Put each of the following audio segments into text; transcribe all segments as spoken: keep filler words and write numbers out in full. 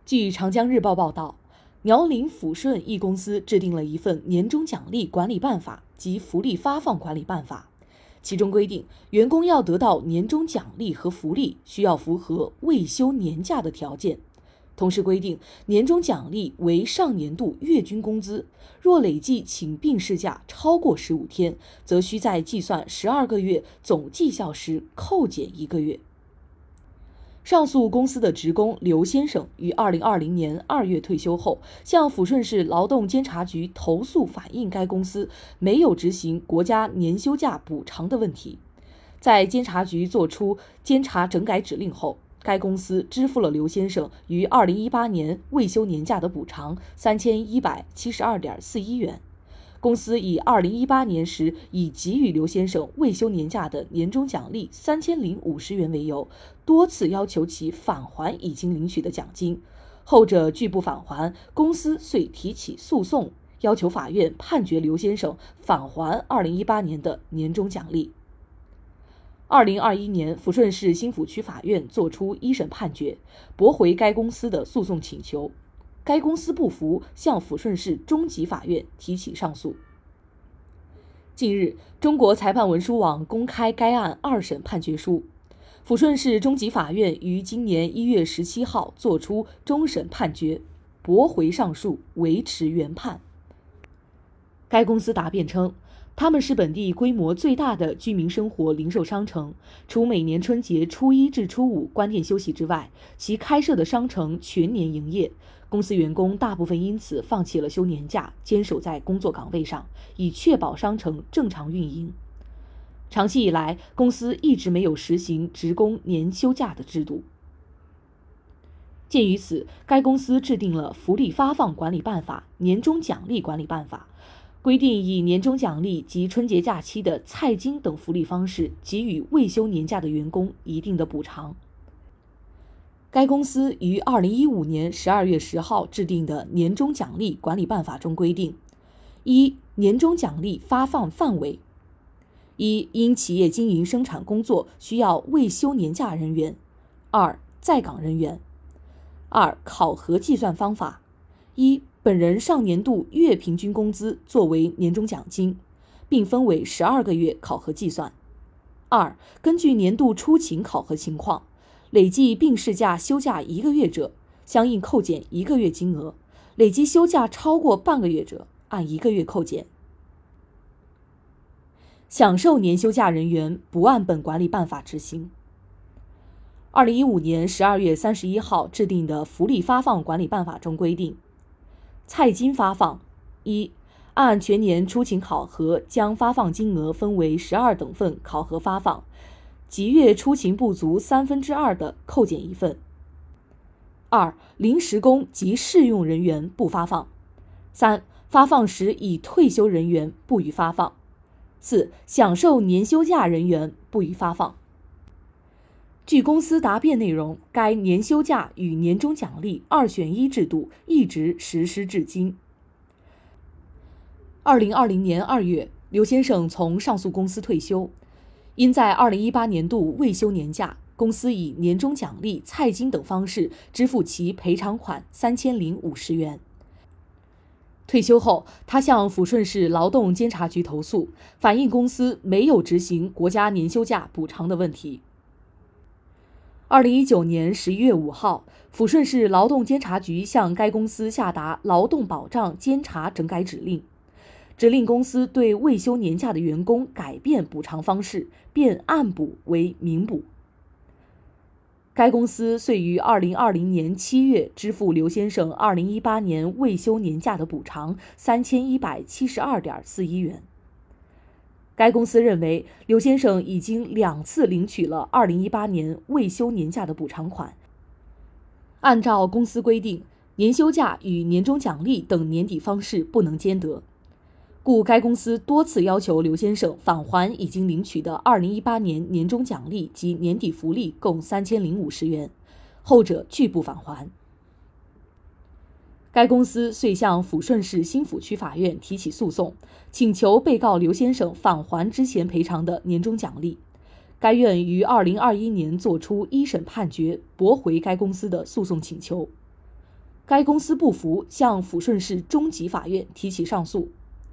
据长江日报报道，辽宁抚顺一公司制定了一份年终奖励管理办法及福利发放管理办法，其中规定，员工要得到年终奖励和福利，需要符合未休年假的条件。同时规定，年终奖励为上年度月均工资，若累计请病事假超过十五天，则需在计算十二个月总绩效时扣减一个月。上述公司的职工刘先生于二零二零年二月退休后，向抚顺市劳动监察局投诉反映该公司没有执行国家年休假补偿的问题。在监察局作出监察整改指令后，该公司支付了刘先生于二零一八年未休年假的补偿三千一百七十二点四一元。公司以二零一八年时已给予刘先生未休年假的年终奖励三千零五十元为由，多次要求其返还已经领取的奖金，后者拒不返还，公司遂提起诉讼，要求法院判决刘先生返还二零一八年的年终奖励。二零二一年，抚顺市新抚区法院作出一审判决，驳回该公司的诉讼请求。该公司不服，向抚顺市中级法院提起上诉。近日，中国裁判文书网公开该案二审判决书。抚顺市中级法院于今年一月十七号作出终审判决，驳回上诉，维持原判。该公司答辩称，他们是本地规模最大的居民生活零售商城，除每年春节初一至初五关店休息之外，其开设的商城全年营业。公司员工大部分因此放弃了休年假，坚守在工作岗位上，以确保商城正常运营。长期以来，公司一直没有实行职工年休假的制度。鉴于此，该公司制定了福利发放管理办法、年终奖励管理办法，规定以年终奖励及春节假期的菜金等福利方式给予未休年假的员工一定的补偿。该公司于二零一五年十二月十号制定的年终奖励管理办法中规定：一、年终奖励发放范围：一、因企业经营生产工作需要未休年假人员；二、在岗人员；二、考核计算方法：一、本人上年度月平均工资作为年终奖金，并分为十二个月考核计算；二、根据年度出勤考核情况，累计病事假休假一个月者，相应扣减一个月金额；累计休假超过半个月者，按一个月扣减。享受年休假人员不按本管理办法执行。二零一五年十二月三十一号制定的福利发放管理办法中规定：菜金发放：一、按全年出勤考核将发放金额分为十二等份考核发放，即月出勤不足三分之二的扣减一份。二、临时工及试用人员不发放。三、发放时已退休人员不予发放。四、享受年休假人员不予发放。据公司答辩内容，该年休假与年终奖励二选一制度一直实施至今。二零二零年二月，刘先生从上述公司退休，因在二零一八年度未休年假，公司以年终奖励、菜金等方式支付其赔偿款三千零五十元。退休后，他向抚顺市劳动监察局投诉，反映公司没有执行国家年休假补偿的问题。二零一九年十一月五号，抚顺市劳动监察局向该公司下达劳动保障监察整改指令，指令公司对未休年假的员工改变补偿方式，变暗补为明补。该公司遂于二零二零年七月支付刘先生二零一八年未休年假的补偿三千一百七十二点四一元。该公司认为，刘先生已经两次领取了二零一八年未休年假的补偿款。按照公司规定，年休假与年终奖励等年底方式不能兼得，故该公司多次要求刘先生返还已经领取的二零一八年年终奖励及年底福利共三千零五十元，后者拒不返还。该公司遂向抚顺市新抚区法院提起诉讼，请求被告刘先生返还之前赔偿的年终奖励。该院于二零二一年作出一审判决，驳回该公司的诉讼请求。 该公司不服，向抚顺市中级法院提起上诉。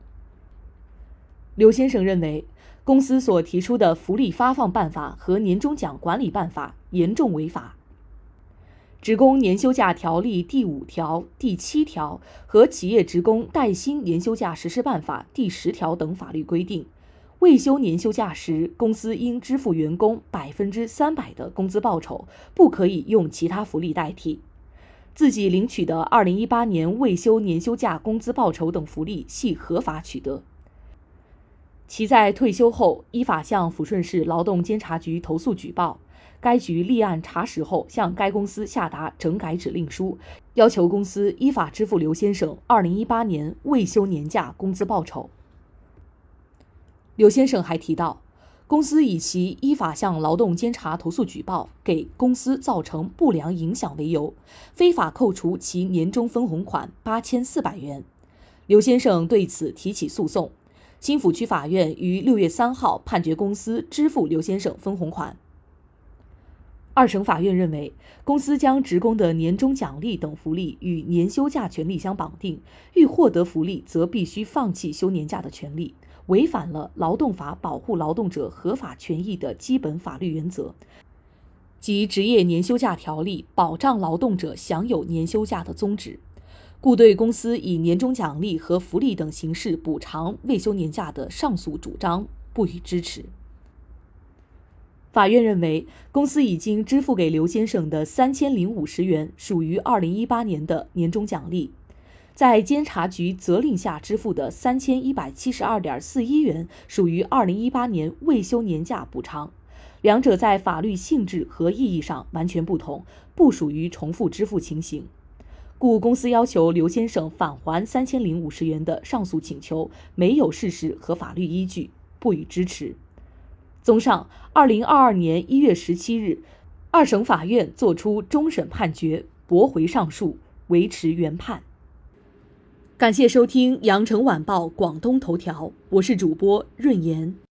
刘先生认为，公司所提出的福利发放办法和年终奖管理办法严重违法。职工年休假条例第五条、第七条和企业职工带薪年休假实施办法第十条等法律规定，未休年休假时，公司应支付员工百分之三百的工资报酬，不可以用其他福利代替。自己领取的二零一八年未休年休假工资报酬等福利系合法取得。其在退休后依法向抚顺市劳动监察局投诉举报，该局立案查实后，向该公司下达整改指令书，要求公司依法支付刘先生二零一八年未休年假工资报酬。刘先生还提到，公司以其依法向劳动监察投诉举报给公司造成不良影响为由，非法扣除其年终分红款八千四百元。刘先生对此提起诉讼，新抚区法院于六月三号判决公司支付刘先生分红款。二审法院认为，公司将职工的年终奖励等福利与年休假权利相绑定，欲获得福利则必须放弃休年假的权利，违反了劳动法保护劳动者合法权益的基本法律原则，即职业年休假条例保障劳动者享有年休假的宗旨，故对公司以年终奖励和福利等形式补偿未休年假的上诉主张不予支持。法院认为，公司已经支付给刘先生的三千零五十元属于二零一八年的年终奖励，在监察局责令下支付的三千一百七十二点四一元属于二零一八年未休年假补偿，两者在法律性质和意义上完全不同，不属于重复支付情形，故公司要求刘先生返还三千零五十元的上诉请求没有事实和法律依据，不予支持。综上，二零二二年一月十七日，二审法院作出终审判决，驳回上诉，维持原判。感谢收听羊城晚报广东头条，我是主播润言。